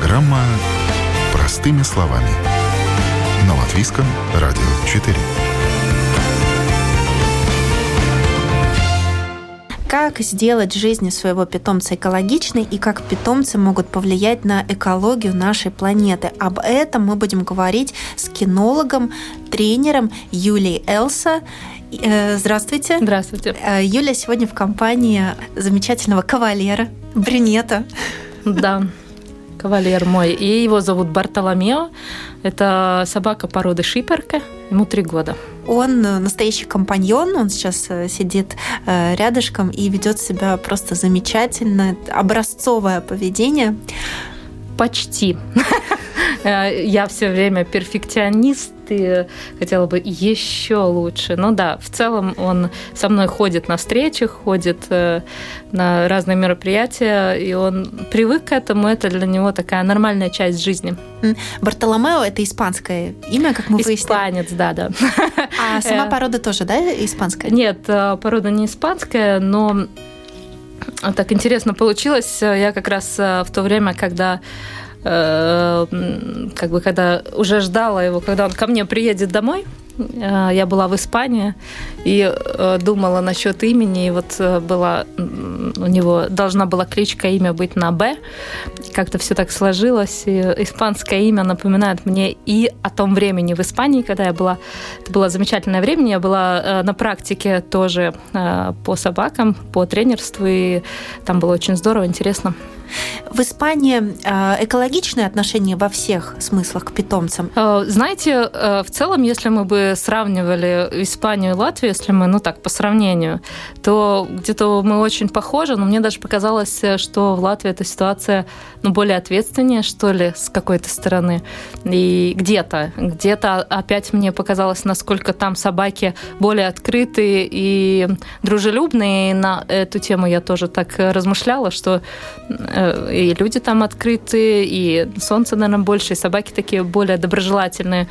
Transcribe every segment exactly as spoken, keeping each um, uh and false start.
Программа «Простыми словами» на Латвийском радио четыре. Как сделать жизнь своего питомца экологичной и как питомцы могут повлиять на экологию нашей планеты? Об этом мы будем говорить с кинологом, тренером Юлией Элса. Здравствуйте. Здравствуйте. Юля сегодня в компании замечательного кавалера, брюнета. Да, кавалер мой. И его зовут Бартоломео. Это собака породы шиперке. Ему три года. Он настоящий компаньон, он сейчас сидит рядышком и ведет себя просто замечательно, образцовое поведение. Почти. Я все время перфекционист и хотела бы еще лучше. Ну да, в целом он со мной ходит на встречи, ходит на разные мероприятия, и он привык к этому, это для него такая нормальная часть жизни. Бартоломео – это испанское имя, как мы выяснили? Испанец, да-да. А сама порода тоже, да, испанская? Нет, порода не испанская, но так интересно получилось. Я как раз в то время, когда как бы когда уже ждала его, когда он ко мне приедет домой, я была в Испании и думала насчет имени, и вот была у него должна была кличка, имя быть на «Б». Как-то все так сложилось, и испанское имя напоминает мне и о том времени в Испании, когда я была. Это было замечательное время, я была на практике тоже по собакам, по тренерству, и там было очень здорово, интересно. В Испании экологичные отношения во всех смыслах к питомцам? Знаете, в целом, если мы бы сравнивали Испанию и Латвию, если мы, ну так, по сравнению, то где-то мы очень похожи, но мне даже показалось, что в Латвии эта ситуация, ну, более ответственнее, что ли, с какой-то стороны. И где-то, где-то опять мне показалось, насколько там собаки более открытые и дружелюбные. И на эту тему я тоже так размышляла, что и люди там открытые, и солнце, наверное, больше, и собаки такие более доброжелательные,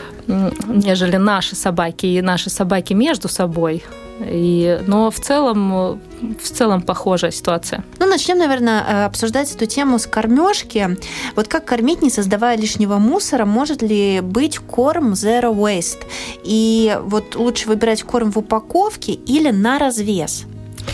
нежели наши собаки, и наши собаки между собой. И, но в целом, в целом похожая ситуация. Ну, начнем, наверное, обсуждать эту тему с кормежки. Вот как кормить, не создавая лишнего мусора? Может ли быть корм zero waste? И вот лучше выбирать корм в упаковке или на развес?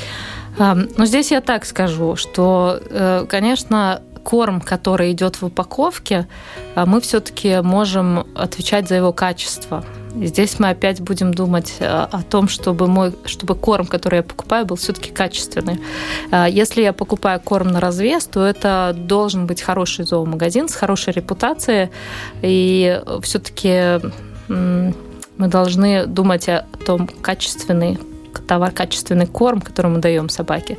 Ну, здесь я так скажу, что, конечно, корм, который идет в упаковке, мы все-таки можем отвечать за его качество. И здесь мы опять будем думать о том, чтобы, мой, чтобы корм, который я покупаю, был все-таки качественный. Если я покупаю корм на развес, то это должен быть хороший зоомагазин с хорошей репутацией, и все-таки мы должны думать о том, качественный товар, качественный корм, который мы даем собаке.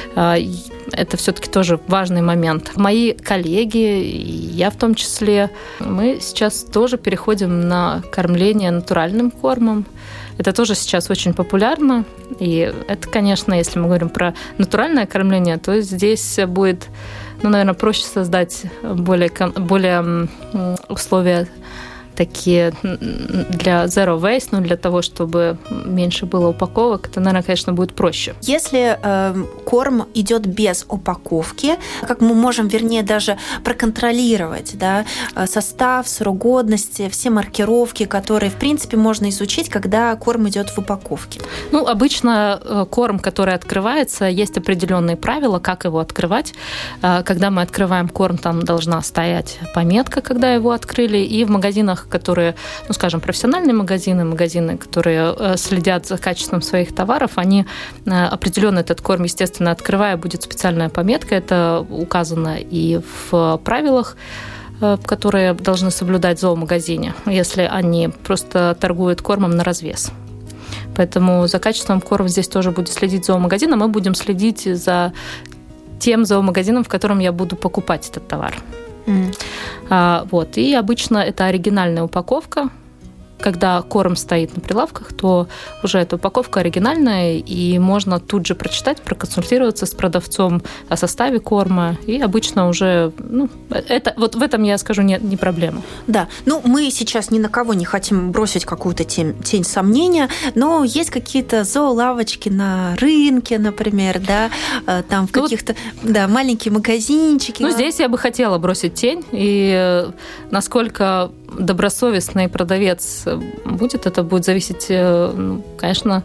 Это все-таки тоже важный момент. Мои коллеги, я в том числе, мы сейчас тоже переходим на кормление натуральным кормом. Это тоже сейчас очень популярно. И это, конечно, если мы говорим про натуральное кормление, то здесь будет, ну, наверное, проще создать более, более условия такие для zero waste, ну, для того, чтобы меньше было упаковок, это, наверное, конечно, будет проще. Если э, корм идет без упаковки, как мы можем, вернее, даже проконтролировать, да, состав, срок годности, все маркировки, которые, в принципе, можно изучить, когда корм идет в упаковке? Ну, обычно корм, который открывается, есть определенные правила, как его открывать. Когда мы открываем корм, там должна стоять пометка, когда его открыли, и в магазинах, которые, ну, скажем, профессиональные магазины, магазины, которые следят за качеством своих товаров, они определенно этот корм, естественно, открывая, будет специальная пометка, это указано и в правилах, которые должны соблюдать в зоомагазине, если они просто торгуют кормом на развес. Поэтому за качеством корма здесь тоже будет следить зоомагазин, а мы будем следить за тем зоомагазином, в котором я буду покупать этот товар. Mm. А, вот. И обычно это оригинальная упаковка, когда корм стоит на прилавках, то уже эта упаковка оригинальная, и можно тут же прочитать, проконсультироваться с продавцом о составе корма, и обычно уже, ну, это, вот в этом, я скажу, не, не проблема. Да, ну, мы сейчас ни на кого не хотим бросить какую-то тень, тень сомнения, но есть какие-то зоолавочки на рынке, например, да, там в ну, каких-то, вот, да, маленькие магазинчики. Ну, здесь я бы хотела бросить тень, и насколько добросовестный продавец будет, это будет зависеть, конечно,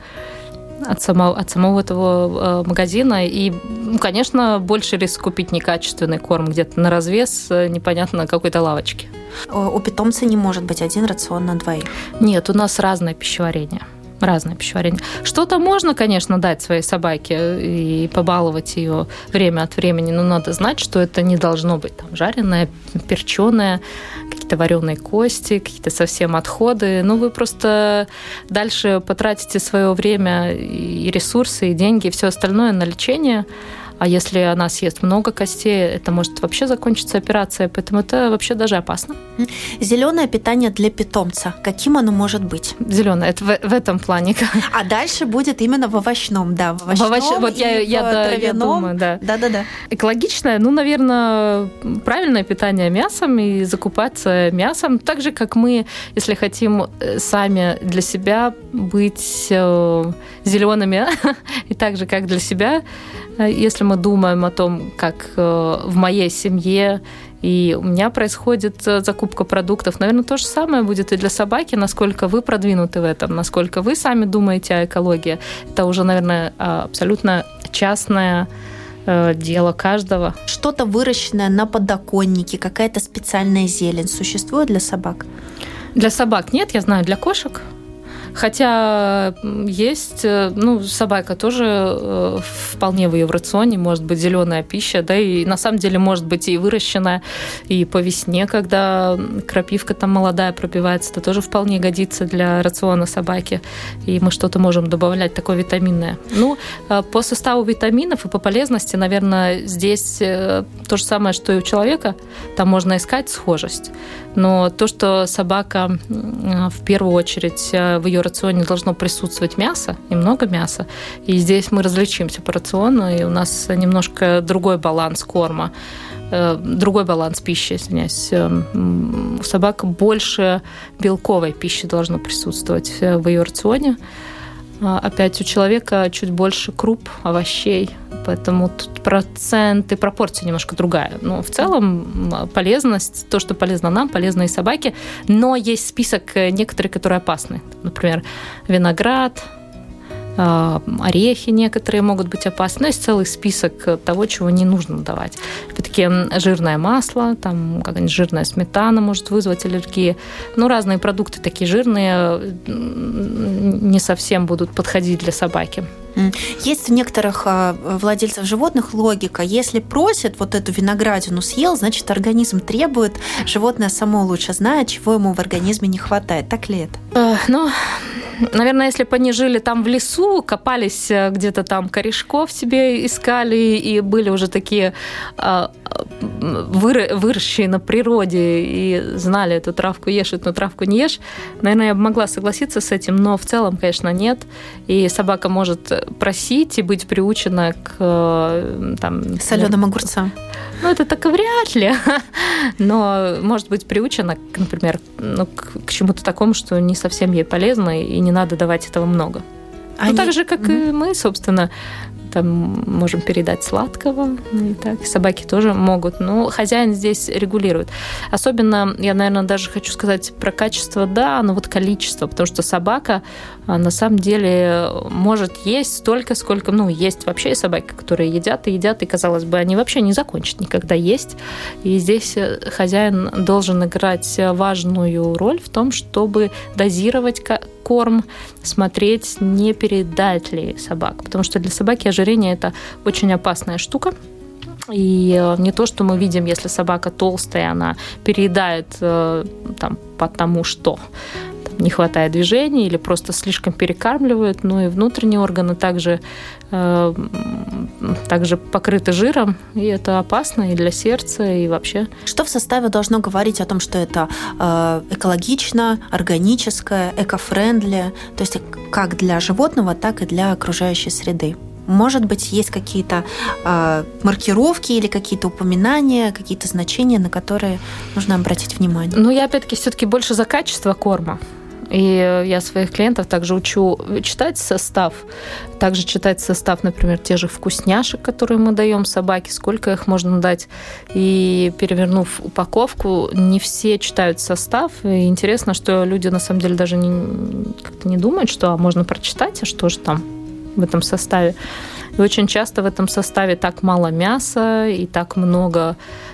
от самого, от самого этого магазина. И, конечно, больше риск купить некачественный корм где-то на развес, непонятно на какой-то лавочке. У питомца не может быть один рацион на двоих? Нет, у нас разное пищеварение. Разное пищеварение. Что-то можно, конечно, дать своей собаке и побаловать ее время от времени, но надо знать, что это не должно быть там жареное, перченое, какие-то вареные кости, какие-то совсем отходы. Ну, вы просто дальше потратите свое время и ресурсы, и деньги, и все остальное на лечение. А если она съест много костей, это может вообще закончиться операцией, поэтому это вообще даже опасно. Зеленое питание для питомца. Каким оно может быть? Зеленое, это в, в этом плане. А дальше будет именно в овощном, да, в овощном, в овощ... вот и я, в я, да, травяном. Я думаю, да. Да-да-да. Экологичное, ну, наверное, правильное питание мясом и закупаться мясом, так же, как мы, если хотим сами для себя быть зелеными, и так же, как для себя, если мы думаем о том, как в моей семье и у меня происходит закупка продуктов, наверное, то же самое будет и для собаки, насколько вы продвинуты в этом, насколько вы сами думаете о экологии. Это уже, наверное, абсолютно частное дело каждого. Что-то выращенное на подоконнике, какая-то специальная зелень существует для собак? Для собак нет, я знаю, для кошек. Хотя есть, ну, собака тоже вполне в ее рационе, может быть, зеленая пища, да, и на самом деле может быть и выращенная, и по весне, когда крапивка там молодая пробивается, это тоже вполне годится для рациона собаки, и мы что-то можем добавлять такое витаминное. Ну, по составу витаминов и по полезности, наверное, здесь то же самое, что и у человека, там можно искать схожесть, но то, что собака в первую очередь в ее рационе должно присутствовать мясо, и много мяса. И здесь мы различимся по рациону, и у нас немножко другой баланс корма, другой баланс пищи, извиняюсь. У собак больше белковой пищи должно присутствовать в ее рационе. Опять у человека чуть больше круп, овощей, поэтому тут процент и пропорция немножко другая. Но в целом полезность, то, что полезно нам, полезно и собаке, но есть список некоторых, которые опасны. Например, виноград, орехи некоторые могут быть опасны. Есть целый список того, чего не нужно давать. Опять-таки жирное масло, там какая-нибудь жирная сметана может вызвать аллергии. Ну, разные продукты такие жирные не совсем будут подходить для собаки. Есть у некоторых владельцев животных логика. Если просит вот эту виноградину съел, значит, организм требует. Животное само лучше знает, чего ему в организме не хватает. Так ли это? Ну, наверное, если бы они жили там в лесу, копались где-то там корешков себе искали и были уже такие выросшие на природе и знали, эту травку ешь, эту травку не ешь, наверное, я бы могла согласиться с этим, но в целом, конечно, нет. И собака может просить и быть приучена к там, соленым огурцам. Ну, это так и вряд ли. Но может быть приучена, например, ну, к, к чему-то такому, что не совсем ей полезно, и не надо давать этого много. Они... Ну, так же, как mm-hmm. и мы, собственно, там можем передать сладкого, и так, собаки тоже могут, но хозяин здесь регулирует. Особенно, я, наверное, даже хочу сказать про качество, да, но вот количество, потому что собака на самом деле может есть столько, сколько, ну, есть вообще собаки, которые едят и едят, и, казалось бы, они вообще не закончат никогда есть. И здесь хозяин должен играть важную роль в том, чтобы дозировать корм, смотреть, не передать ли собак, потому что для собаки ожирение – это очень опасная штука. И не то, что мы видим, если собака толстая, она переедает там, потому что не хватает движения или просто слишком перекармливают. Ну и внутренние органы также, э, также покрыты жиром, и это опасно и для сердца, и вообще. Что в составе должно говорить о том, что это э, экологично, органическое, эко-френдли, то есть как для животного, так и для окружающей среды? Может быть, есть какие-то э, маркировки или какие-то упоминания, какие-то значения, на которые нужно обратить внимание? Ну, я, опять-таки, все-таки больше за качество корма. И я своих клиентов также учу читать состав, также читать состав, например, тех же вкусняшек, которые мы даем собаке, сколько их можно дать. И перевернув упаковку, не все читают состав. И интересно, что люди на самом деле даже не, как-то не думают, что а можно прочитать, а что же там в этом составе. И очень часто в этом составе так мало мяса и так много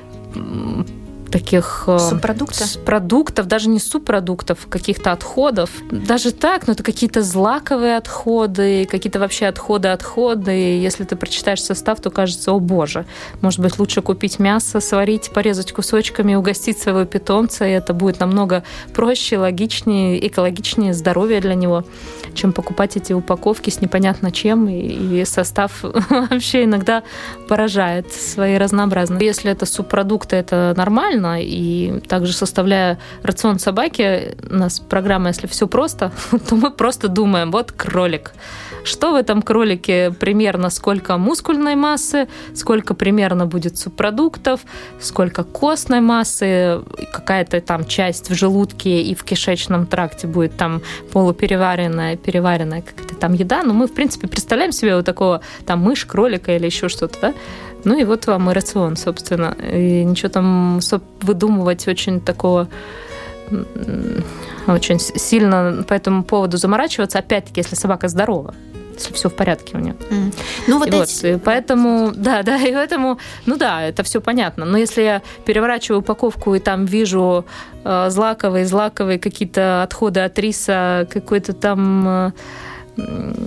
таких субпродуктов? продуктов, даже не субпродуктов, каких-то отходов. Даже так, но это какие-то злаковые отходы, какие-то вообще отходы-отходы. И если ты прочитаешь состав, то кажется, о боже, может быть, лучше купить мясо, сварить, порезать кусочками, угостить своего питомца, и это будет намного проще, логичнее, экологичнее, здоровее для него, чем покупать эти упаковки с непонятно чем, и состав вообще иногда поражает своей разнообразностью. Если это субпродукты, это нормально, и также составляя рацион собаки, у нас программа «Если все просто», то мы просто думаем, вот кролик. Что в этом кролике примерно, сколько мускульной массы, сколько примерно будет субпродуктов, сколько костной массы, какая-то там часть в желудке и в кишечном тракте будет там полупереваренная, переваренная какая-то там еда. Но мы, в принципе, представляем себе вот такого там мышь, кролика или еще что-то, да? Ну и вот вам и рацион, собственно. И ничего там выдумывать очень такого... очень сильно по этому поводу заморачиваться, опять-таки, если собака здорова, если все в порядке у нее. Mm. Ну, вот и эти... вот, и поэтому, да, да, и поэтому, ну да, это все понятно. Но если я переворачиваю упаковку и там вижу э, злаковые, злаковые какие-то отходы от риса, какой-то там... Э,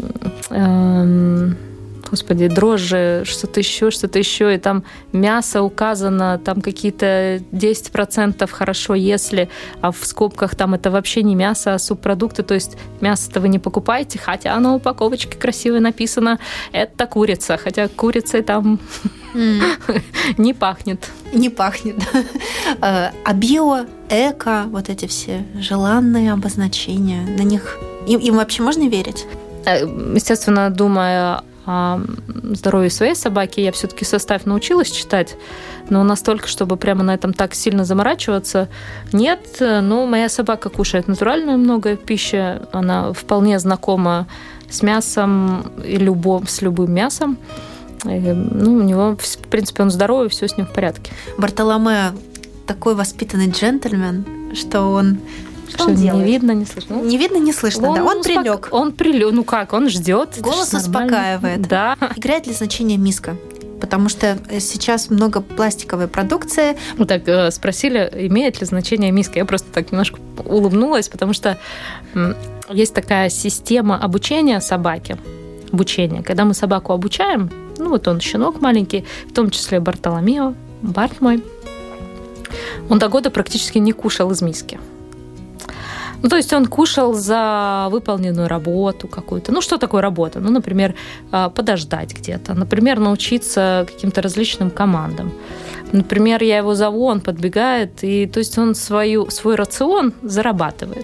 э, Господи, дрожжи, что-то еще, что-то еще, и там мясо указано, там какие-то десять процентов хорошо, если, а в скобках там это вообще не мясо, а субпродукты, то есть мясо-то вы не покупаете, хотя на упаковочке красиво написано, это курица, хотя курицей там mm. не пахнет. Не пахнет. А био, эко, вот эти все желанные обозначения, на них, им, им вообще можно верить? Естественно, думая о здоровье своей собаки, я все-таки состав научилась читать, но настолько, чтобы прямо на этом так сильно заморачиваться, нет. Но моя собака кушает натуральную много пищи, она вполне знакома с мясом и любо, с любым мясом. И, ну, у него, в принципе, он здоровый, все с ним в порядке. Бартоломео такой воспитанный джентльмен, что он... Что, что он не видно, не слышно? Не видно, не слышно, он, да. Он успок... прилег. Он прилег. Ну как, он ждет. Голос успокаивает. Да. Играет ли значение миска? Потому что сейчас много пластиковой продукции. Вот так спросили, имеет ли значение миска. Я просто так немножко улыбнулась, потому что есть такая система обучения собаки. Обучение. Когда мы собаку обучаем, ну вот он щенок маленький, в том числе Бартоломео, Барт мой, он до года практически не кушал из миски. Ну, то есть он кушал за выполненную работу какую-то. Ну, что такое работа? Ну, например, подождать где-то. Например, научиться каким-то различным командам. Например, я его зову, он подбегает, и то есть он свою, свой рацион зарабатывает.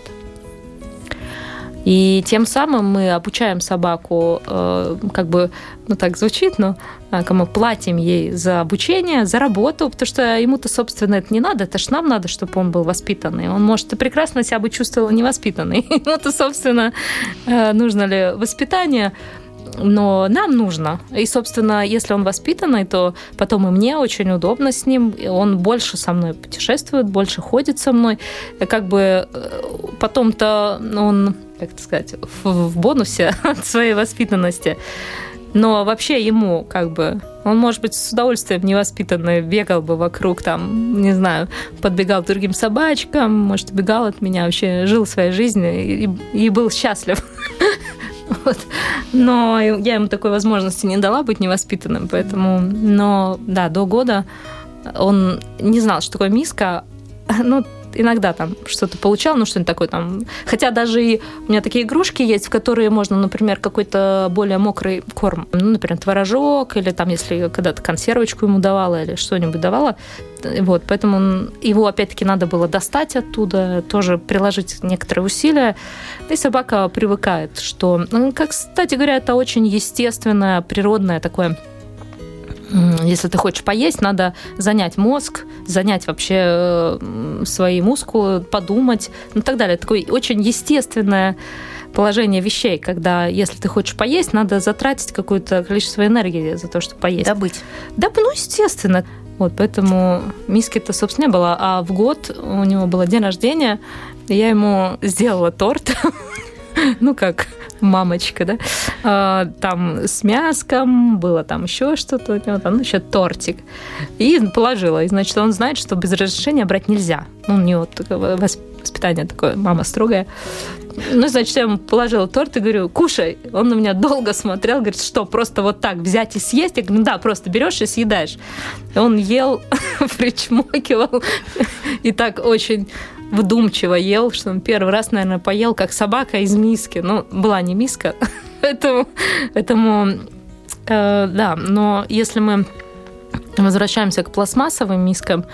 И тем самым мы обучаем собаку, как бы, ну так звучит, но мы платим ей за обучение, за работу, потому что ему-то, собственно, это не надо, это ж нам надо, чтобы он был воспитанный. Он, может, и прекрасно себя бы чувствовал невоспитанный. Ему-то, собственно, нужно ли воспитание, но нам нужно. И, собственно, если он воспитанный, то потом и мне очень удобно с ним. Он больше со мной путешествует, больше ходит со мной. Как бы потом-то он, как это сказать, в бонусе от своей воспитанности. Но вообще ему как бы... Он, может быть, с удовольствием невоспитанный бегал бы вокруг, там, не знаю, подбегал к другим собачкам, может, убегал от меня, вообще жил своей жизнью и, и был счастлив. Вот. Но я ему такой возможности не дала быть невоспитанным, поэтому... Но, да, до года он не знал, что такое миска. Ну, иногда там что-то получал, ну, что-нибудь такое там. Хотя даже и у меня такие игрушки есть, в которые можно, например, какой-то более мокрый корм, ну, например, творожок, или там, если когда-то консервочку ему давала, или что-нибудь давала. Вот, поэтому его, опять-таки, надо было достать оттуда, тоже приложить некоторые усилия. И собака привыкает, что, как, кстати говоря, это очень естественное, природное такое. Если ты хочешь поесть, надо занять мозг, занять вообще свои мускулы, подумать, ну и так далее. Такое очень естественное положение вещей, когда, если ты хочешь поесть, надо затратить какое-то количество энергии за то, чтобы поесть. Добыть. Да, ну, естественно. Вот, поэтому миски-то, собственно, не было. А в год у него был день рождения, и я ему сделала торт. Ну, как мамочка, да? Там с мяском, было там еще что-то у него, там, ну, еще тортик. И положила. И, значит, он знает, что без разрешения брать нельзя. Ну, у него воспитание такое, мама строгая. Ну, значит, я ему положила торт и говорю, кушай. Он на меня долго смотрел, говорит, что, просто вот так взять и съесть? Я говорю, ну да, просто берешь и съедаешь. И он ел, причмокивал, и так очень вдумчиво ел, что он первый раз, наверное, поел, как собака из миски. Ну, была не миска, поэтому, поэтому э, да, но если мы возвращаемся к пластмассовым мискам,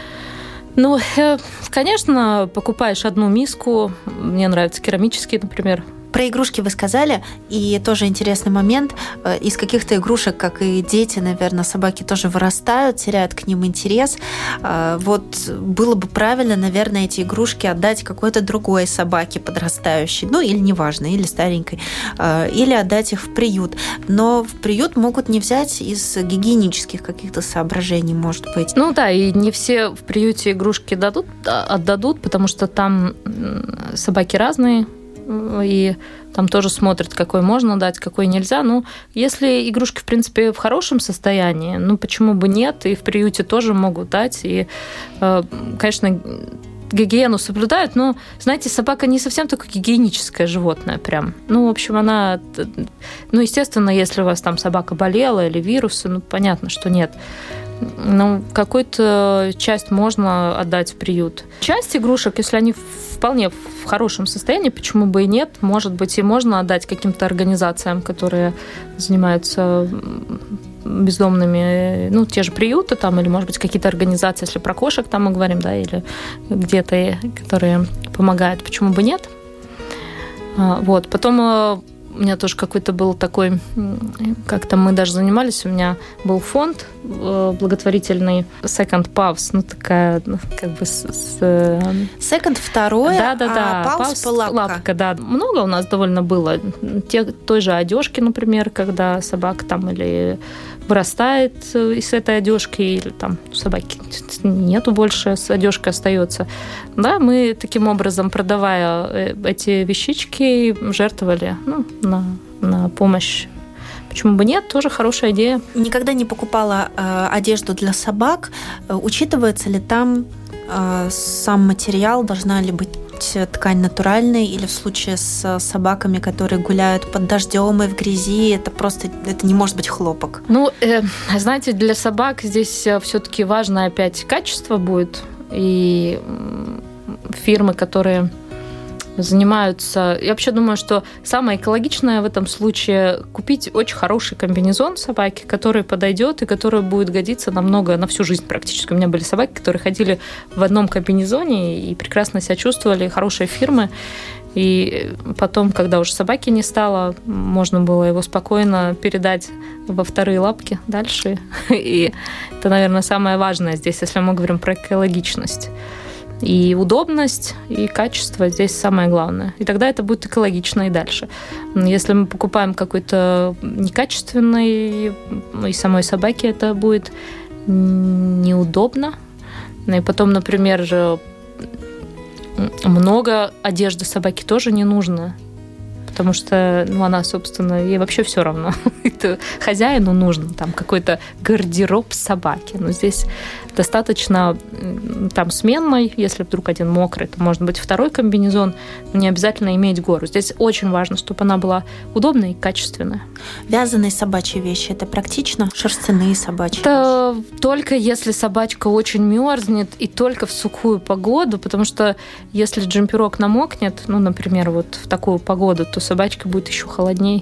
ну, конечно, покупаешь одну миску. Мне нравятся керамические, например. Про игрушки вы сказали, и тоже интересный момент. Из каких-то игрушек, как и дети, наверное, собаки тоже вырастают, теряют к ним интерес. Вот было бы правильно, наверное, эти игрушки отдать какой-то другой собаке подрастающей, ну или неважно, или старенькой, или отдать их в приют. Но в приют могут не взять из гигиенических каких-то соображений, может быть. Ну да, и не все в приюте игрушки дадут, отдадут, потому что там собаки разные, и там тоже смотрят, какой можно дать, какой нельзя. Ну, если игрушки, в принципе, в хорошем состоянии, ну, почему бы нет? И в приюте тоже могут дать. И, конечно, гигиену соблюдают, но, знаете, собака не совсем такое гигиеническое животное прям. Ну, в общем, она... Ну, естественно, если у вас там собака болела или вирусы, ну, понятно, что нет. Ну, какую-то часть можно отдать в приют. Часть игрушек, если они вполне в хорошем состоянии, почему бы и нет, может быть, и можно отдать каким-то организациям, которые занимаются бездомными, ну, те же приюты там, или, может быть, какие-то организации, если про кошек там мы говорим, да, или где-то, которые помогают, почему бы нет. Вот, потом... У меня тоже какой-то был такой, как-то мы даже занимались, у меня был фонд благотворительный Second Paws, ну такая, как бы с... с... Second второе, да, да, да, а Paws лапка. лапка, да. Много у нас довольно было. Те, той же одежки, например, когда собака там или вырастает из этой одежки, или там собаки нету больше, с одежкой остается. Да, мы таким образом, продавая эти вещички, жертвовали, ну, на, на помощь. Почему бы нет? Тоже хорошая идея. Никогда не покупала э, одежду для собак. Учитывается ли там э, сам материал? Должна ли быть ткань натуральная? Или в случае с собаками, которые гуляют под дождем и в грязи, это просто это не может быть хлопок? Ну, э, знаете, для собак здесь все-таки важно опять качество будет. И фирмы, которые занимаются... Я вообще думаю, что самое экологичное в этом случае купить очень хороший комбинезон собаки, который подойдет и который будет годиться намного, на всю жизнь практически. У меня были собаки, которые ходили в одном комбинезоне и прекрасно себя чувствовали, хорошие фирмы. И потом, когда уже собаки не стало, можно было его спокойно передать во вторые лапки дальше. И это, наверное, самое важное здесь, если мы говорим про экологичность. И удобность, и качество здесь самое главное. И тогда это будет экологично и дальше. Если мы покупаем какой-то некачественный, и самой собаке это будет неудобно. И потом, например, много одежды собаке тоже не нужно. потому что ну, она, собственно, ей вообще все равно. Это хозяину нужен там какой-то гардероб собаки. Но здесь достаточно там сменной, если вдруг один мокрый, то может быть второй комбинезон, но не обязательно иметь гору. Здесь очень важно, чтобы она была удобная и качественная. Вязаные собачьи вещи – это практично? Шерстяные собачьи это вещи? Только если собачка очень мерзнет и только в сухую погоду, потому что если джемперок намокнет, ну, например, вот в такую погоду, то собачка будет еще холодней.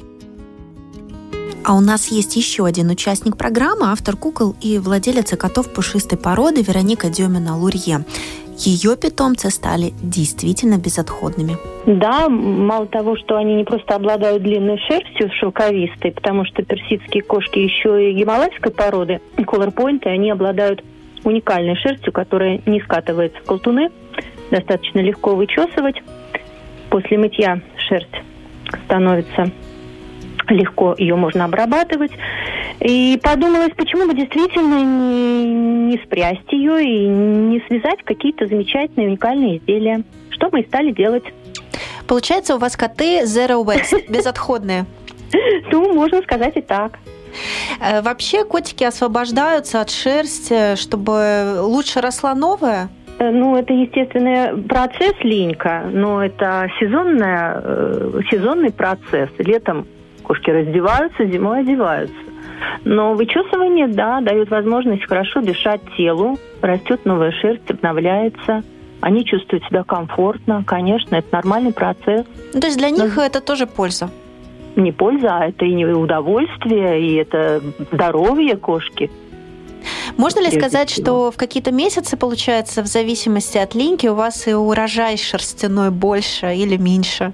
А у нас есть еще один участник программы, автор кукол и владелица котов пушистой породы Вероника Демина-Лурье. Ее питомцы стали действительно безотходными. Да, мало того, что они не просто обладают длинной шерстью шелковистой, потому что персидские кошки еще и гималайской породы, колорпойнты, они обладают уникальной шерстью, которая не скатывается в колтуны, достаточно легко вычесывать. После мытья шерсть становится легко, ее можно обрабатывать. И подумалось, почему бы действительно не, не спрясть ее и не связать какие-то замечательные уникальные изделия. Что мы и стали делать. Получается, у вас коты zero waste, безотходные. Ну, можно сказать и так. Вообще котики освобождаются от шерсти, чтобы лучше росла новая? Ну, это естественный процесс, Ленька, но это сезонная, сезонный процесс. Летом кошки раздеваются, зимой одеваются. Но вычесывание, да, дает возможность хорошо дышать телу, растет новая шерсть, обновляется. Они чувствуют себя комфортно, конечно, это нормальный процесс. Ну, то есть для них Но... это тоже польза? Не польза, а это и не удовольствие, и это здоровье кошки. Можно ли сказать, что в какие-то месяцы, получается, в зависимости от линьки, у вас и урожай шерстяной больше или меньше?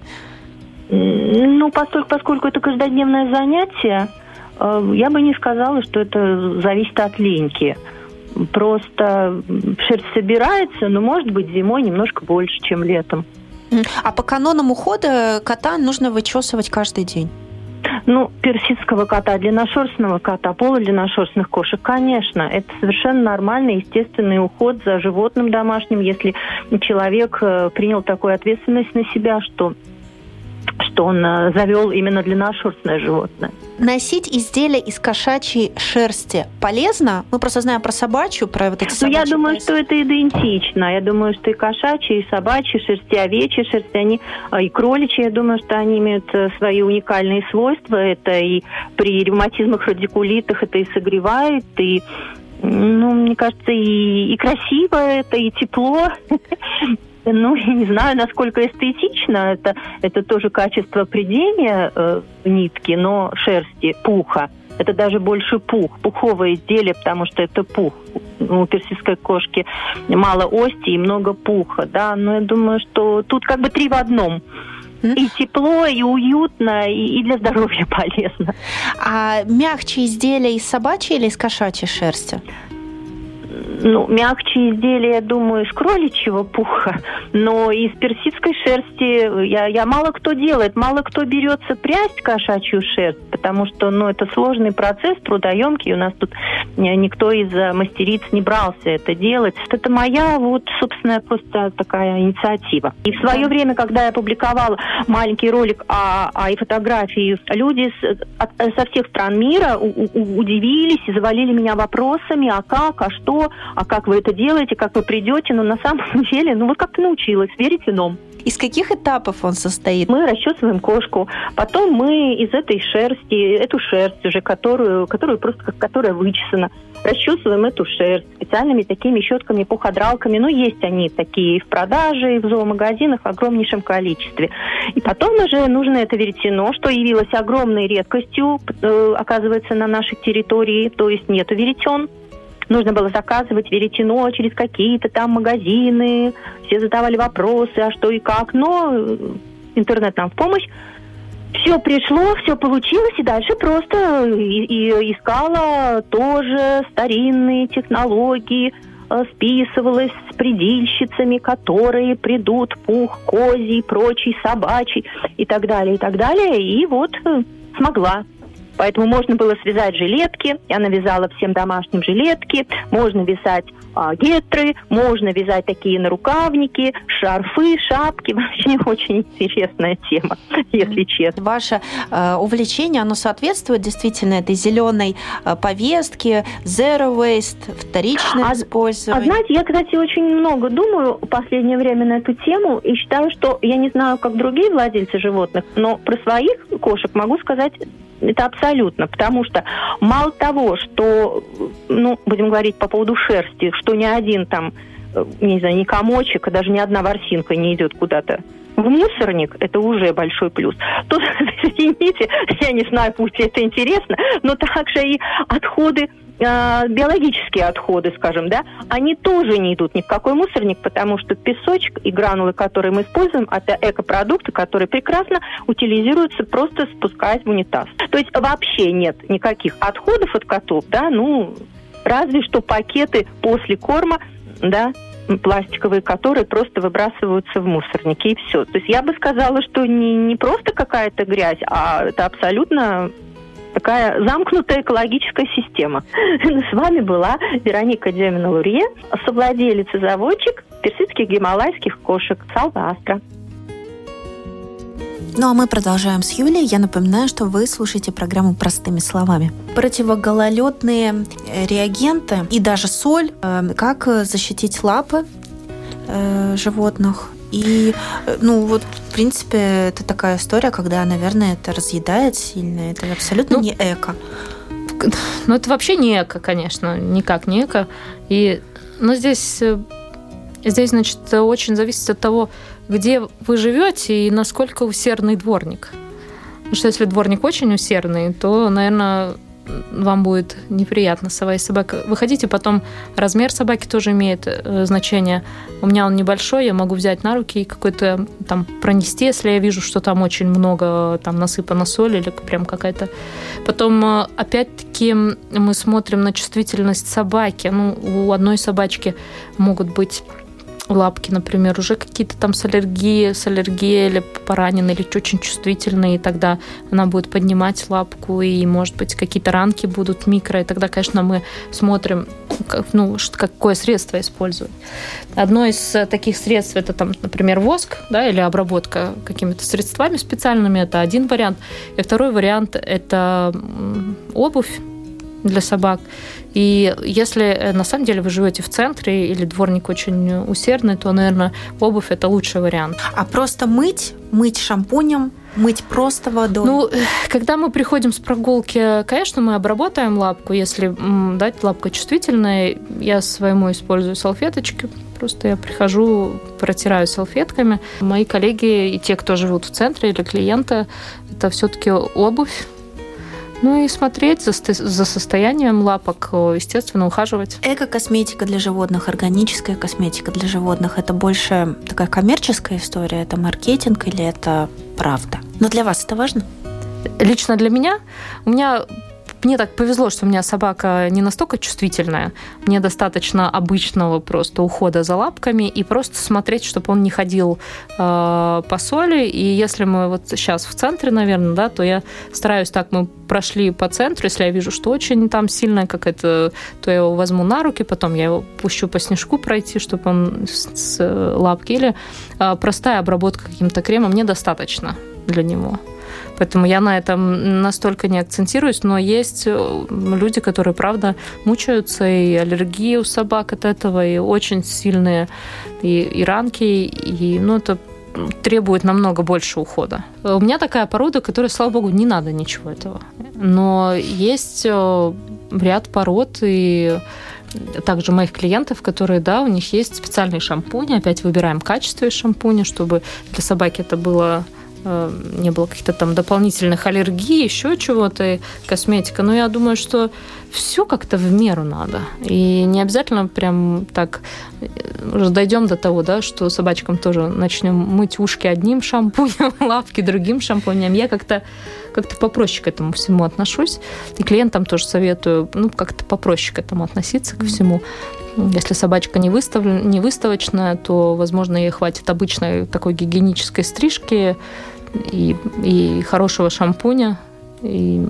Ну, поскольку, поскольку это каждодневное занятие, я бы не сказала, что это зависит от линьки. Просто шерсть собирается, но, может быть, зимой немножко больше, чем летом. А по канонам ухода кота нужно вычесывать каждый день? Ну, персидского кота, длинношерстного кота, полудлинношерстных кошек, конечно, это совершенно нормальный, естественный уход за животным домашним, если человек принял такую ответственность на себя, что, что он завел именно длинношерстное животное. Носить изделия из кошачьей шерсти полезно? Мы просто знаем про собачью, про вот эти собачьи. Ну, я думаю, пояса. что это идентично. Я думаю, что и кошачьи, и собачьи шерсти, и овечьи шерсти, они, и кроличьи, я думаю, что они имеют свои уникальные свойства. Это и при ревматизмах, радикулитах это и согревает, и, ну, мне кажется, и, и красиво это, и тепло. Ну, я не знаю, насколько эстетично. Это, это тоже качество прядения э, нитки, но шерсти, пуха. Это даже больше пух, пуховое изделие, потому что это пух. У персидской кошки мало ости и много пуха, да. Но я думаю, что тут как бы три в одном. И тепло, и уютно, и, и для здоровья полезно. А мягче изделия из собачьей или из кошачьей шерсти? Ну, мягче изделия, я думаю, из кроличьего пуха, но из персидской шерсти я, я мало кто делает, мало кто берется прясть кошачью шерсть, потому что, ну, это сложный процесс, трудоемкий, у нас тут никто из мастериц не брался это делать. Это моя, вот, собственная просто такая инициатива. И в свое время, когда я публиковала маленький ролик о, о фотографии, люди с, от, со всех стран мира у, у, удивились и завалили меня вопросами, а как, а что, а как вы это делаете, как вы придете, но на самом деле, ну, вот как-то научилась, верите нам. Из каких этапов он состоит? Мы расчесываем кошку, потом мы из этой шерсти, эту шерсть уже, которую, которую просто, которая вычесана, расчесываем эту шерсть специальными такими щетками, пуходралками. Ну, есть они такие и в продаже, и в зоомагазинах в огромнейшем количестве. И потом уже нужно это веретено, что явилось огромной редкостью, э, оказывается, на нашей территории, то есть нету веретен. Нужно было заказывать веретено через какие-то там магазины. Все задавали вопросы, а что и как. Но интернет нам в помощь. Все пришло, все получилось. И дальше просто и, и искала тоже старинные технологии. Списывалась с предильщицами, которые придут, пух, козий, прочий, собачий и так далее, и так далее. И вот смогла. Поэтому можно было связать жилетки. Я навязала всем домашним жилетки. Можно вязать гетры, можно вязать такие нарукавники, шарфы, шапки. Вообще очень интересная тема, если честно. Ваше э, увлечение, оно соответствует действительно этой зеленой э, повестке, zero waste, вторичное а, использование? А знаете, я, кстати, очень много думаю в последнее время на эту тему и считаю, что, я не знаю, как другие владельцы животных, но про своих кошек могу сказать это абсолютно, потому что мало того, что, ну, будем говорить по поводу шерсти, что ни один там, не знаю, ни комочек, а даже ни одна ворсинка не идет куда-то в мусорник, это уже большой плюс. Тут, извините, я не знаю, пусть это интересно, но также и отходы, биологические отходы, скажем, да, они тоже не идут ни в какой мусорник, потому что песочек и гранулы, которые мы используем, это экопродукты, которые прекрасно утилизируются, просто спускаясь в унитаз. То есть вообще нет никаких отходов от котов, да, ну, разве что пакеты после корма, да, пластиковые, которые просто выбрасываются в мусорники, и все. То есть я бы сказала, что не, не просто какая-то грязь, а это абсолютно такая замкнутая экологическая система. С вами была Вероника Демина-Лурье, совладелец и заводчик персидских гималайских кошек Салва Астра. Ну а мы продолжаем с Юлией. Я напоминаю, что вы слушаете программу «Простыми словами». Противогололедные реагенты и даже соль, как защитить лапы животных. И, ну, вот, в принципе, это такая история, когда, наверное, это разъедает сильно. Это абсолютно ну, не эко. Ну, это вообще не эко, конечно. Никак не эко. И, ну, здесь, здесь, значит, очень зависит от того, где вы живете и насколько усердный дворник. Потому что если дворник очень усердный, то, наверное, вам будет неприятно сова и собака. Вы хотите, потом размер собаки тоже имеет э, значение. У меня он небольшой, я могу взять на руки и какой-то там пронести, если я вижу, что там очень много там насыпано соли или прям какая-то. Потом, э, опять-таки, мы смотрим на чувствительность собаки. Ну, у одной собачки могут быть лапки, например, уже какие-то там с аллергией, с аллергией или поранены, или очень чувствительные, и тогда она будет поднимать лапку, и, может быть, какие-то ранки будут микро, и тогда, конечно, мы смотрим, ну, какое средство использовать. Одно из таких средств, это, там, например, воск, да, или обработка какими-то средствами специальными, это один вариант. И второй вариант – это обувь для собак. И если на самом деле вы живете в центре или дворник очень усердный, то, наверное, обувь – это лучший вариант. А просто мыть, мыть шампунем, мыть просто водой? Ну, когда мы приходим с прогулки, конечно, мы обработаем лапку. Если дать лапка чувствительная, я своему использую салфеточки. Просто я прихожу, протираю салфетками. Мои коллеги и те, кто живут в центре, или клиенты, это все-таки обувь. Ну и смотреть за, за состоянием лапок, естественно, ухаживать. Эко-косметика для животных, органическая косметика для животных – это больше такая коммерческая история, это маркетинг или это правда? Но для вас это важно? Лично для меня? У меня... Мне так повезло, что у меня собака не настолько чувствительная. Мне достаточно обычного просто ухода за лапками и просто смотреть, чтобы он не ходил э, по соли. И если мы вот сейчас в центре, наверное, да, то я стараюсь так, мы прошли по центру, если я вижу, что очень там сильная какая-то, то я его возьму на руки, потом я его пущу по снежку пройти, чтобы он с, с лапки. Или э, простая обработка каким-то кремом мне достаточно для него. Поэтому я на этом настолько не акцентируюсь, но есть люди, которые, правда, мучаются, и аллергии у собак от этого, и очень сильные и, и ранки, и ну, это требует намного больше ухода. У меня такая порода, которой, слава богу, не надо ничего этого. Но есть ряд пород, и также моих клиентов, которые, да, у них есть специальные шампуни. Опять выбираем качество из шампуня, чтобы для собаки это было... не было каких-то там дополнительных аллергий, еще чего-то, косметика. Но я думаю, что все как-то в меру надо. И не обязательно прям так уже дойдем до того, да, что собачкам тоже начнем мыть ушки одним шампунем, лапки другим шампунем. Я как-то, как-то попроще к этому всему отношусь. И клиентам тоже советую, ну, как-то попроще к этому относиться, ко всему. Если собачка не, выстав... не выставочная, то, возможно, ей хватит обычной такой гигиенической стрижки и, и хорошего шампуня. И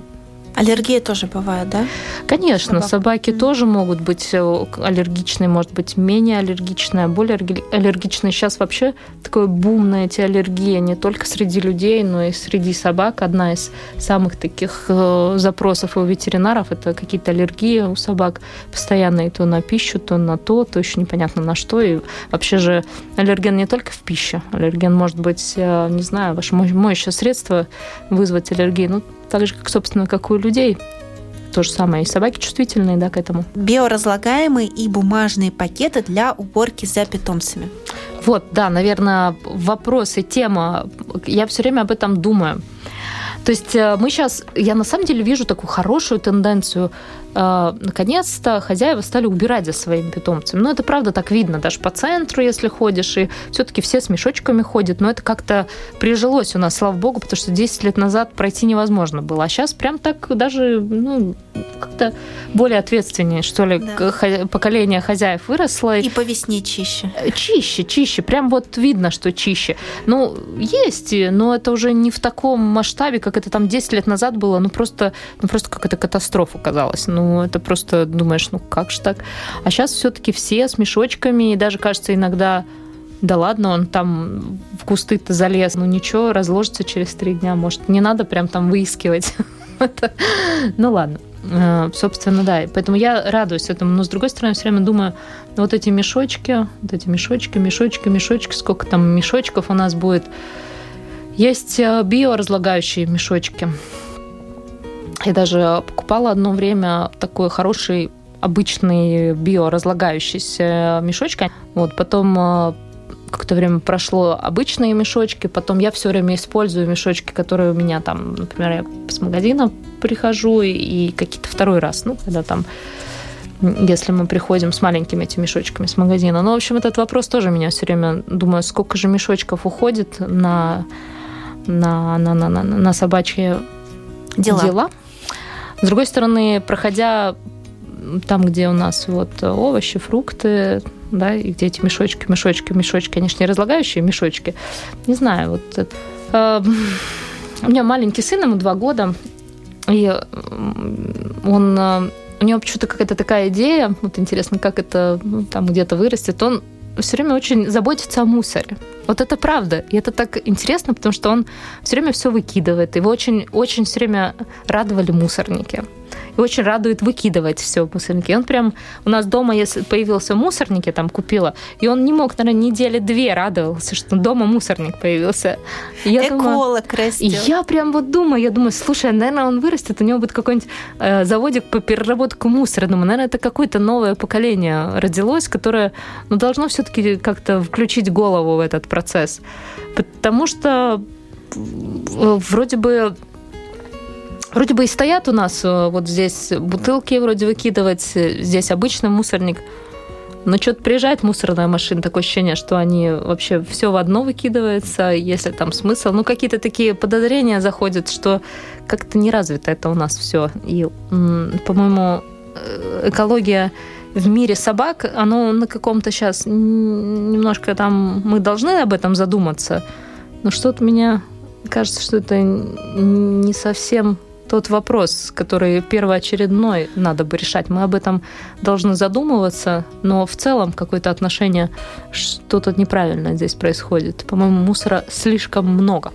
Аллергия тоже бывает, да? Конечно, Собак. собаки mm. тоже могут быть аллергичные, может быть, менее аллергичные, более аллергичные. Сейчас вообще такой бум на эти аллергии, не только среди людей, но и среди собак. Одна из самых таких запросов у ветеринаров – это какие-то аллергии у собак постоянные, то на пищу, то на то, то еще непонятно на что. И вообще же аллерген не только в пище. Аллерген может быть, не знаю, ваше моющее средство вызвать аллергию, ну, так же, как, собственно, как у людей. То же самое. И собаки чувствительные, да, к этому. Биоразлагаемые и бумажные пакеты для уборки за питомцами. Вот, да, наверное, вопрос и тема. Я все время об этом думаю. То есть мы сейчас, я на самом деле вижу такую хорошую тенденцию. Наконец-то хозяева стали убирать за своими питомцами. Ну, это правда так видно, даже по центру, если ходишь, и все-таки все с мешочками ходят, но это как-то прижилось у нас, слава богу, потому что десять лет назад пройти невозможно было. А сейчас прям так даже, ну, как-то более ответственнее, что ли, да. Поколение хозяев выросло. И по весне чище. Чище, чище. Прям вот видно, что чище. Ну, есть, но это уже не в таком масштабе, как это там десять лет назад было. Ну, просто, ну, просто какая-то катастрофа казалась. Ну, это просто думаешь, ну, как же так? А сейчас все-таки все с мешочками, и даже, кажется, иногда... Да ладно, он там в кусты-то залез. Ну ничего, разложится через три дня. Может, не надо прям там выискивать. Ну ладно. Собственно, да. Поэтому я радуюсь этому. Но, с другой стороны, все время думаю, вот эти мешочки, вот эти мешочки, мешочки, мешочки, сколько там мешочков у нас будет. Есть биоразлагающие мешочки. Я даже покупала одно время такой хороший обычный биоразлагающийся мешочек. Вот, потом какое-то время прошло обычные мешочки, потом я все время использую мешочки, которые у меня там, например, я с магазина прихожу и, и какие-то второй раз, ну, когда там, если мы приходим с маленькими этими мешочками с магазина. Ну, в общем, этот вопрос тоже меня все время, думаю, сколько же мешочков уходит на, на, на, на, на, на собачьи дела. дела. С другой стороны, проходя там, где у нас вот овощи, фрукты, да, и где эти мешочки, мешочки, мешочки, конечно, не разлагающие мешочки. Не знаю, вот это. Э, у меня маленький сын, ему два года, и он, у него почему-то какая-то такая идея, вот интересно, как это ну, там где-то вырастет, он все время очень заботится о мусоре. Вот это правда. И это так интересно, потому что он все время все выкидывает. Его очень, очень все время радовали мусорники. И очень радует выкидывать все в мусорнике. И он прям... У нас дома, если появился мусорник, я там купила, и он не мог, наверное, недели две радовался, что дома мусорник появился. Я Эколог думаю, растет. И я прям вот думаю, я думаю, слушай, наверное, он вырастет, у него будет какой-нибудь э, заводик по переработке мусора. Думаю, наверное, это какое-то новое поколение родилось, которое ну, должно все-таки как-то включить голову в этот процесс. Потому что вроде бы Вроде бы и стоят у нас вот здесь бутылки вроде выкидывать, здесь обычный мусорник. Но что-то приезжает мусорная машина, такое ощущение, что они вообще все в одно выкидывается, если там смысл. Ну, какие-то такие подозрения заходят, что как-то не развито это у нас все. И, по-моему, экология в мире собак, оно на каком-то сейчас немножко там... Мы должны об этом задуматься, но что-то мне кажется, что это не совсем... тот вопрос, который первоочередной надо бы решать. Мы об этом должны задумываться, но в целом какое-то отношение, что-то неправильно здесь происходит. По-моему, мусора слишком много.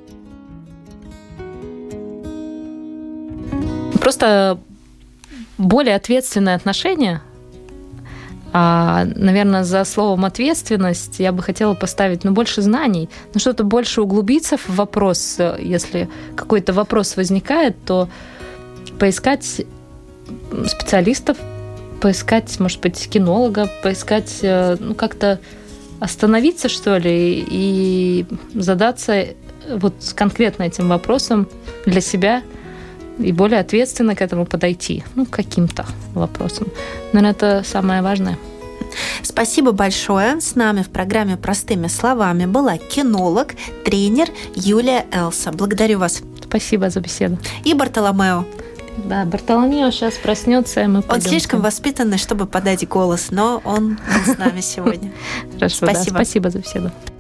Просто более ответственное отношение. А, наверное, за словом «ответственность» я бы хотела поставить ну, больше знаний, ну, что-то больше углубиться в вопрос. Если какой-то вопрос возникает, то поискать специалистов, поискать, может быть, кинолога, поискать, ну, как-то остановиться, что ли, и задаться вот конкретно этим вопросом для себя и более ответственно к этому подойти, ну, к каким-то вопросам. Наверное, это самое важное. Спасибо большое. С нами в программе «Простыми словами» была кинолог, тренер Юлия Элса. Благодарю вас. Спасибо за беседу. И Бартоломео. Да, Бартоломео сейчас проснется, и мы пойдем. Он слишком воспитанный, чтобы подать голос, но он был с нами сегодня. Хорошо, спасибо. Спасибо за беседу.